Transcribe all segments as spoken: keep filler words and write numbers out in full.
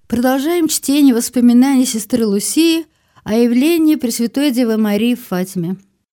Продолжаем чтение воспоминаний сестры Лусии о явлении Пресвятой Девы Марии в Фатиме.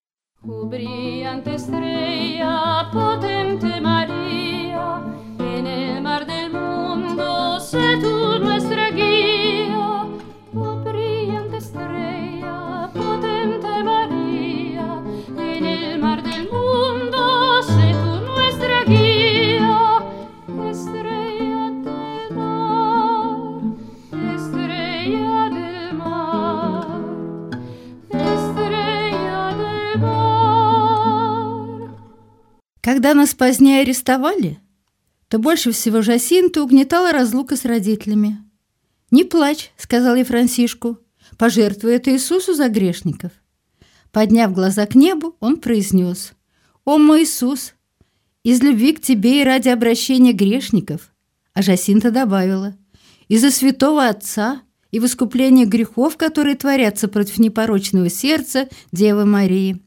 Когда нас позднее арестовали, то больше всего Жасинту угнетала разлука с родителями. «Не плачь», — сказал ей Франсишку, — «пожертвуй это Иисусу за грешников». Подняв глаза к небу, он произнес: «О мой Иисус, из любви к Тебе и ради обращения грешников». А Жасинта добавила: «Из-за святого Отца и в искупление грехов, которые творятся против непорочного сердца Девы Марии».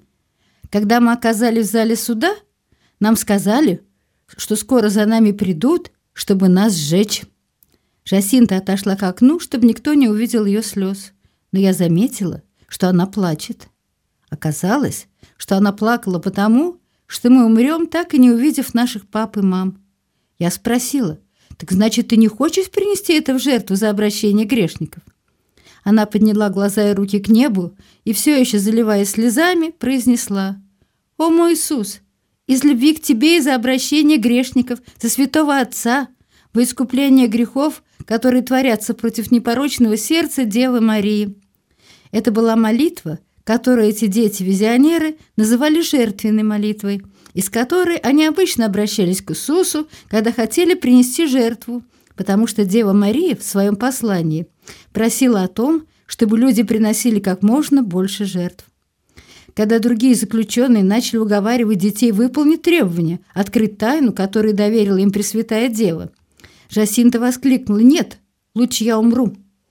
Когда мы оказались в зале суда, нам сказали, что скоро за нами придут, чтобы нас сжечь. Жасинта отошла к окну, чтобы никто не увидел ее слез, но я заметила, что она плачет. Оказалось, что она плакала потому, что мы умрем, так и не увидев наших пап и мам. Я спросила: «Так значит, ты не хочешь принести это в жертву за обращение грешников?» Она подняла глаза и руки к небу и, все еще заливаясь слезами, произнесла: «О мой Иисус, из любви к Тебе и за обращение грешников, за святого Отца, во искупление грехов, которые творятся против непорочного сердца Девы Марии». Это была молитва, которую эти дети-визионеры называли жертвенной молитвой, из которой они обычно обращались к Иисусу, когда хотели принести жертву, потому что Дева Мария в своем послании просила о том, чтобы люди приносили как можно больше жертв. Когда другие заключенные начали уговаривать детей выполнить требования, открыть тайну, которую доверила им Пресвятая Дева, Жасинта воскликнула: «Нет, лучше я умру».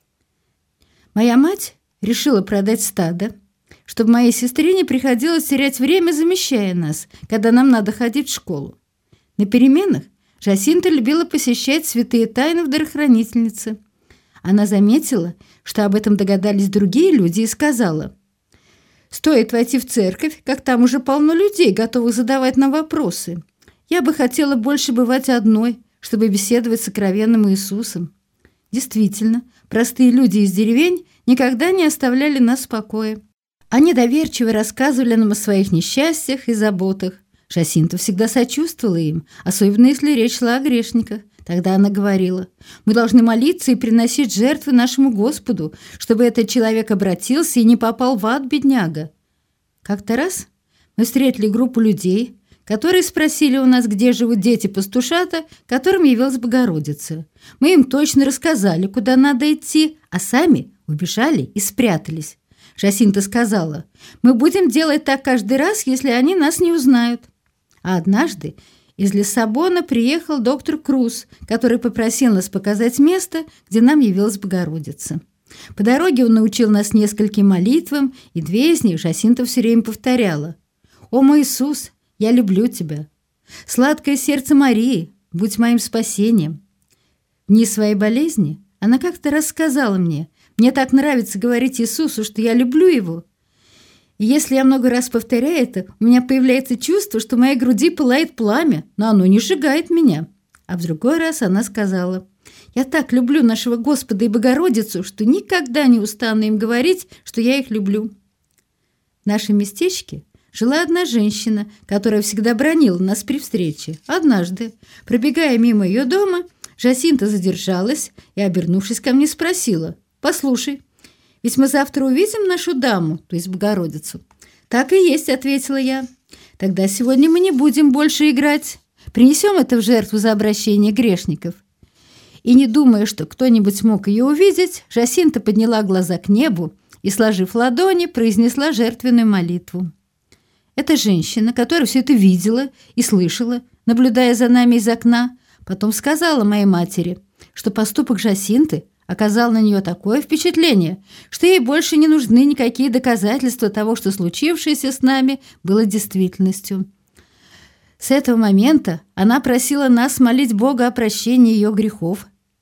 Моя мать решила продать стадо, чтобы моей сестре не приходилось терять время, замещая нас, когда нам надо ходить в школу. На переменах Жасинта любила посещать святые тайны в дарохранительнице. Она заметила, что об этом догадались другие люди, и сказала: «Стоит войти в церковь, как там уже полно людей, готовых задавать нам вопросы. Я бы хотела больше бывать одной, чтобы беседовать с сокровенным Иисусом». Действительно, простые люди из деревень никогда не оставляли нас в покое. Они доверчиво рассказывали нам о своих несчастьях и заботах. Жасинта всегда сочувствовала им, особенно если речь шла о грешниках. Тогда она говорила: «Мы должны молиться и приносить жертвы нашему Господу, чтобы этот человек обратился и не попал в ад, бедняга». Как-то раз мы встретили группу людей, которые спросили у нас, где живут дети-пастушата, которым явилась Богородица. Мы им точно рассказали, куда надо идти, а сами убежали и спрятались. Жасинта сказала: «Мы будем делать так каждый раз, если они нас не узнают». А однажды из Лиссабона приехал доктор Круз, который попросил нас показать место, где нам явилась Богородица. По дороге он научил нас нескольким молитвам, и две из них Жасинта все время повторяла: «О мой Иисус, я люблю Тебя! Сладкое сердце Марии, будь моим спасением!» В дни своей болезни она как-то рассказала мне: «Мне так нравится говорить Иисусу, что я люблю Его. И если я много раз повторяю это, у меня появляется чувство, что в моей груди пылает пламя, но оно не сжигает меня». А в другой раз она сказала: «Я так люблю нашего Господа и Богородицу, что никогда не устану им говорить, что я их люблю». В нашем местечке жила одна женщина, которая всегда бранила нас при встрече. Однажды, пробегая мимо ее дома, Жасинта задержалась и, обернувшись ко мне, спросила: «Послушай, ведь мы завтра увидим нашу даму, то есть Богородицу». «Так и есть», — ответила я. «Тогда сегодня мы не будем больше играть. Принесем это в жертву за обращение грешников». И, не думая, что кто-нибудь мог ее увидеть, Жасинта подняла глаза к небу и, сложив ладони, произнесла жертвенную молитву. Эта женщина, которая все это видела и слышала, наблюдая за нами из окна, потом сказала моей матери, что поступок Жасинты оказал на нее такое впечатление, что ей больше не нужны никакие доказательства того, что случившееся с нами было действительностью. С этого момента она просила нас молить Бога о прощении ее грехов.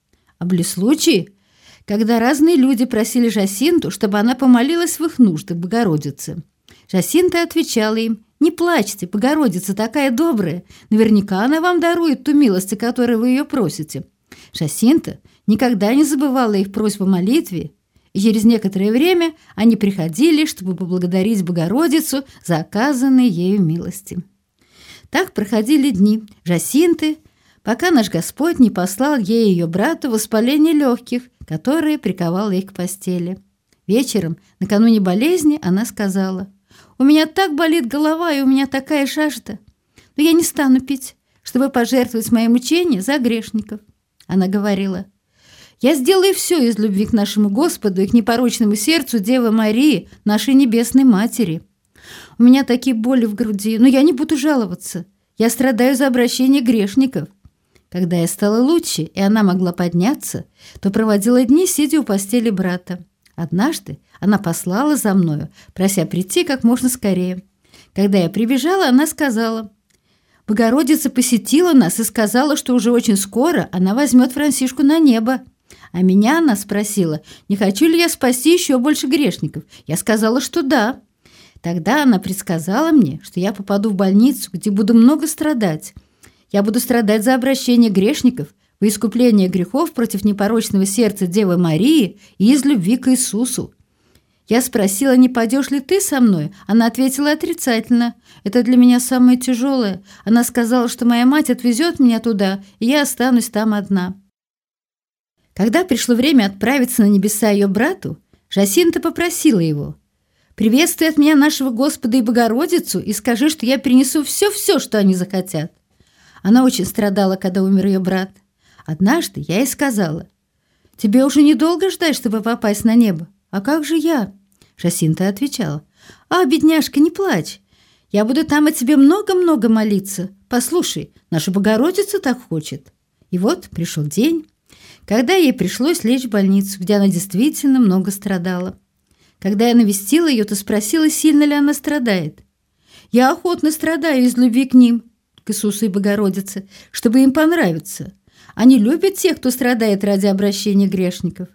А были случаи, когда разные люди просили Жасинту, чтобы она помолилась в их нуждах Богородице. Жасинта отвечала им: «Не плачьте, Богородица такая добрая, наверняка она вам дарует ту милость, о которой вы ее просите». Жасинта никогда не забывала их просьб о молитве, и через некоторое время они приходили, чтобы поблагодарить Богородицу за оказанные ею милости. Так проходили дни Жасинты, пока наш Господь не послал ей и ее брату воспаление легких, которое приковало их к постели. Вечером, накануне болезни, она сказала: «У меня так болит голова, и у меня такая жажда, но я не стану пить, чтобы пожертвовать мои мучения за грешников». Она говорила: «Я сделаю все из любви к нашему Господу и к непорочному сердцу Девы Марии, нашей Небесной Матери. У меня такие боли в груди, но я не буду жаловаться. Я страдаю за обращение грешников». Когда я стала лучше, и она могла подняться, то проводила дни, сидя у постели брата. Однажды она послала за мною, прося прийти как можно скорее. Когда я прибежала, она сказала: «Богородица посетила нас и сказала, что уже очень скоро она возьмет Франсишку на небо». А меня она спросила, не хочу ли я спасти еще больше грешников. Я сказала, что да. Тогда она предсказала мне, что я попаду в больницу, где буду много страдать. Я буду страдать за обращение грешников, во искупление грехов против непорочного сердца Девы Марии и из любви к Иисусу. Я спросила, не пойдешь ли ты со мной? Она ответила отрицательно. Это для меня самое тяжелое. Она сказала, что моя мать отвезет меня туда, и я останусь там одна. Когда пришло время отправиться на небеса ее брату, Жасинта попросила его: «Приветствуй от меня нашего Господа и Богородицу и скажи, что я принесу все-все, что они захотят». Она очень страдала, когда умер ее брат. Однажды я ей сказала: «Тебе уже недолго ждать, чтобы попасть на небо. А как же я?» Жасинта отвечала: «А, бедняжка, не плачь. Я буду там о тебе много-много молиться. Послушай, наша Богородица так хочет». И вот пришел день, когда ей пришлось лечь в больницу, где она действительно много страдала. Когда я навестила ее, то спросила, сильно ли она страдает. «Я охотно страдаю из любви к ним, к Иисусу и Богородице, чтобы им понравиться. Они любят тех, кто страдает ради обращения грешников».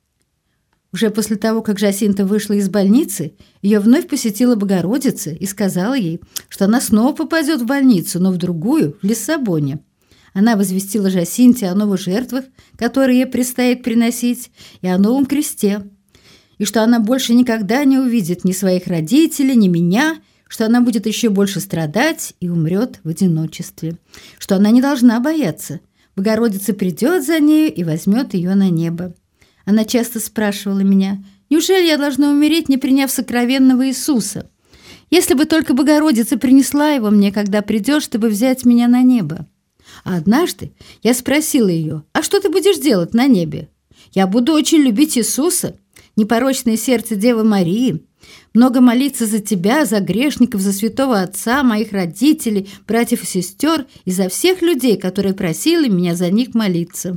Уже после того, как Жасинта вышла из больницы, ее вновь посетила Богородица и сказала ей, что она снова попадет в больницу, но в другую, в Лиссабоне. Она возвестила Жасинте о новых жертвах, которые ей предстоит приносить, и о новом кресте, и что она больше никогда не увидит ни своих родителей, ни меня, что она будет еще больше страдать и умрет в одиночестве, что она не должна бояться. Богородица придет за нею и возьмет ее на небо. Она часто спрашивала меня: «Неужели я должна умереть, не приняв сокровенного Иисуса? Если бы только Богородица принесла его мне, когда придет, чтобы взять меня на небо». А однажды я спросила ее: «А что ты будешь делать на небе?» «Я буду очень любить Иисуса, непорочное сердце Девы Марии, много молиться за тебя, за грешников, за святого отца, моих родителей, братьев и сестер и за всех людей, которые просили меня за них молиться».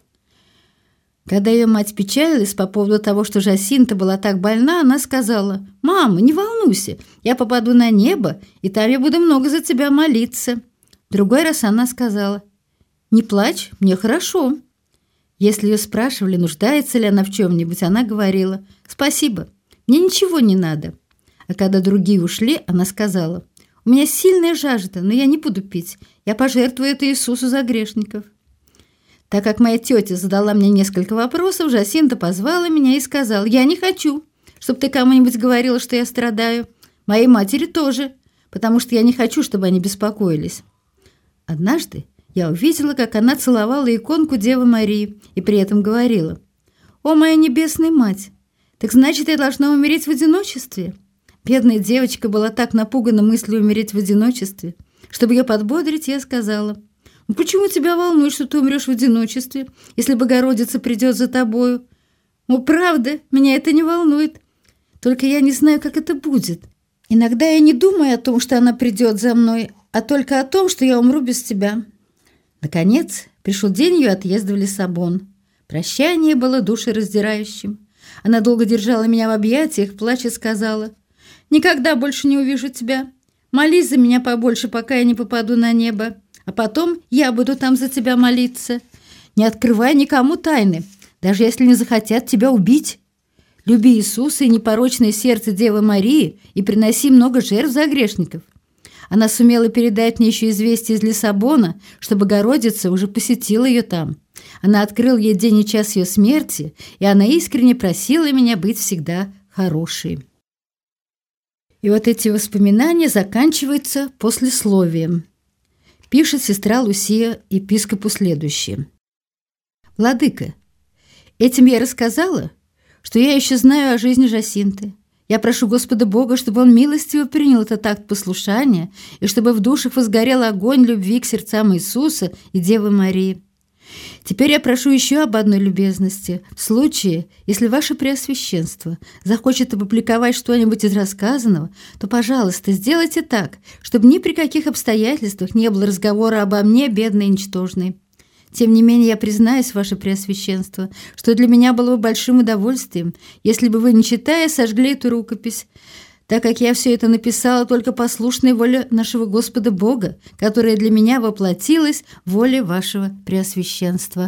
Когда ее мать печалилась по поводу того, что Жасинта была так больна, она сказала: «Мама, не волнуйся, я попаду на небо, и там я буду много за тебя молиться». В другой раз она сказала: «Не плачь, мне хорошо». Если ее спрашивали, нуждается ли она в чем-нибудь, она говорила: «Спасибо, мне ничего не надо». А когда другие ушли, она сказала: «У меня сильная жажда, но я не буду пить, я пожертвую это Иисусу за грешников». Так как моя тетя задала мне несколько вопросов, Жасинта позвала меня и сказала: «Я не хочу, чтобы ты кому-нибудь говорила, что я страдаю. Моей матери тоже, потому что я не хочу, чтобы они беспокоились». Однажды я увидела, как она целовала иконку Девы Марии и при этом говорила: «О, моя небесная мать, так значит, я должна умереть в одиночестве?» Бедная девочка была так напугана мыслью умереть в одиночестве. Чтобы ее подбодрить, я сказала: «Ну почему тебя волнует, что ты умрешь в одиночестве, если Богородица придет за тобою?» «Ну, правда, меня это не волнует. Только я не знаю, как это будет. Иногда я не думаю о том, что она придет за мной, а только о том, что я умру без тебя». Наконец, пришел день ее отъезда в Лиссабон. Прощание было душераздирающим. Она долго держала меня в объятиях, плача сказала: «Никогда больше не увижу тебя. Молись за меня побольше, пока я не попаду на небо. А потом я буду там за тебя молиться. Не открывай никому тайны, даже если не захотят тебя убить. Люби Иисуса и непорочное сердце Девы Марии и приноси много жертв за грешников». Она сумела передать мне еще известие из Лиссабона, что Богородица уже посетила ее там. Она открыла ей день и час ее смерти, и она искренне просила меня быть всегда хорошей. И вот эти воспоминания заканчиваются послесловием. Пишет сестра Лусия епископу следующее. «Владыка, этим я рассказала, что я еще знаю о жизни Жасинты. Я прошу Господа Бога, чтобы Он милостиво принял этот акт послушания и чтобы в душах возгорел огонь любви к сердцам Иисуса и Девы Марии. Теперь я прошу еще об одной любезности. В случае, если Ваше Преосвященство захочет опубликовать что-нибудь из рассказанного, то, пожалуйста, сделайте так, чтобы ни при каких обстоятельствах не было разговора обо мне, бедной и ничтожной. Тем не менее, я признаюсь, Ваше Преосвященство, что для меня было бы большим удовольствием, если бы вы, не читая, сожгли эту рукопись, так как я все это написала только послушной воле нашего Господа Бога, которая для меня воплотилась в воле Вашего Преосвященства».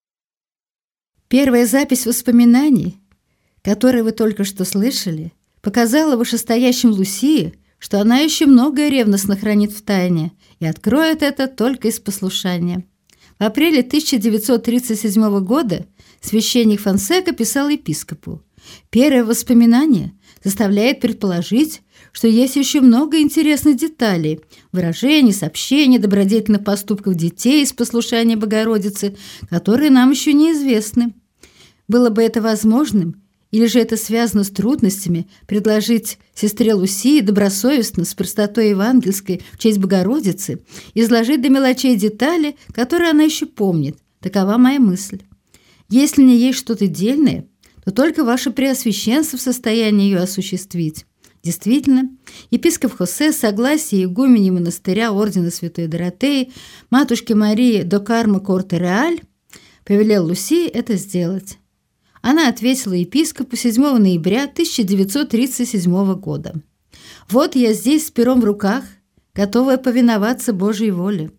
Первая запись воспоминаний, которые вы только что слышали, показала вышестоящим Лусии, что она еще многое ревностно хранит в тайне и откроет это только из послушания. В апреле тысяча девятьсот тридцать седьмого года священник Фонсека писал епископу: «Первое воспоминание заставляет предположить, что есть еще много интересных деталей, выражений, сообщений, добродетельных поступков детей из послушания Богородицы, которые нам еще неизвестны. Было бы это возможным, или же это связано с трудностями, предложить сестре Лусии добросовестно, с простотой евангельской в честь Богородицы, изложить до мелочей детали, которые она еще помнит. Такова моя мысль. Если не есть что-то дельное, то только Ваше Преосвященство в состоянии ее осуществить». Действительно, епископ Хосе с согласия игумени монастыря ордена Святой Доротеи, матушки Марии до Карма Корте-Реаль, повелел Лусии это сделать. Она ответила епископу седьмого ноября тысяча девятьсот тридцать седьмого года: «Вот я здесь с пером в руках, готовая повиноваться Божьей воле».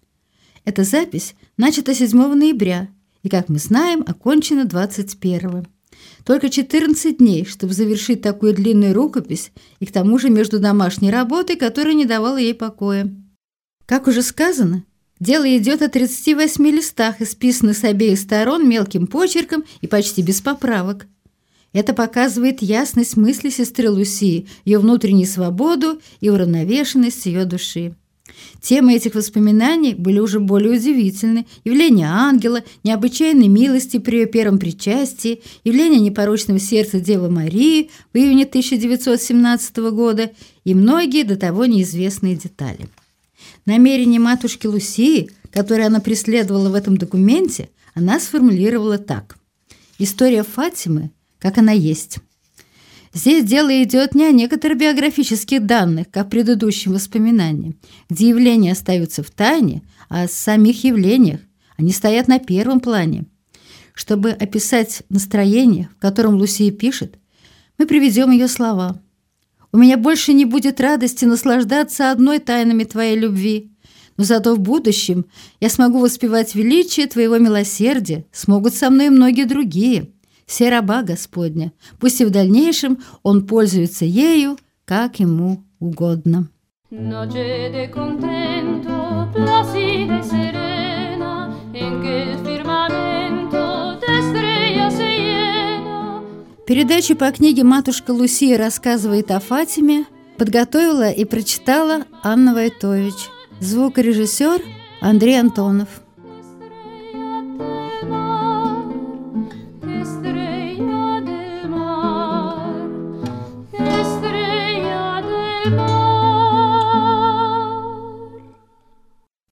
Эта запись начата седьмого ноября и, как мы знаем, окончена двадцать первого. Только четырнадцать дней, чтобы завершить такую длинную рукопись, и к тому же между домашней работой, которая не давала ей покоя. Как уже сказано, дело идет о тридцати восьми листах, исписанных с обеих сторон мелким почерком и почти без поправок. Это показывает ясность мысли сестры Лусии, ее внутреннюю свободу и уравновешенность ее души. Темы этих воспоминаний были уже более удивительны: явление ангела, необычайной милости при ее первом причастии, явление непорочного сердца Девы Марии в июне тысяча девятьсот семнадцатого года и многие до того неизвестные детали. Намерение матушки Лусии, которое она преследовала в этом документе, она сформулировала так: «История Фатимы, как она есть. Здесь дело идет не о некоторых биографических данных, как в предыдущем воспоминании, где явления остаются в тайне, а о самих явлениях. Они стоят на первом плане. Чтобы описать настроение, в котором Лусия пишет, мы приведем ее слова. «У меня больше не будет радости наслаждаться одной тайнами Твоей любви, но зато в будущем я смогу воспевать величие Твоего милосердия, смогут со мной многие другие. Все раба Господня, пусть и в дальнейшем он пользуется ею, как ему угодно». Передачу по книге «Матушка Лусия рассказывает о Фатиме» подготовила и прочитала Анна Войтович. Звукорежиссер Андрей Антонов.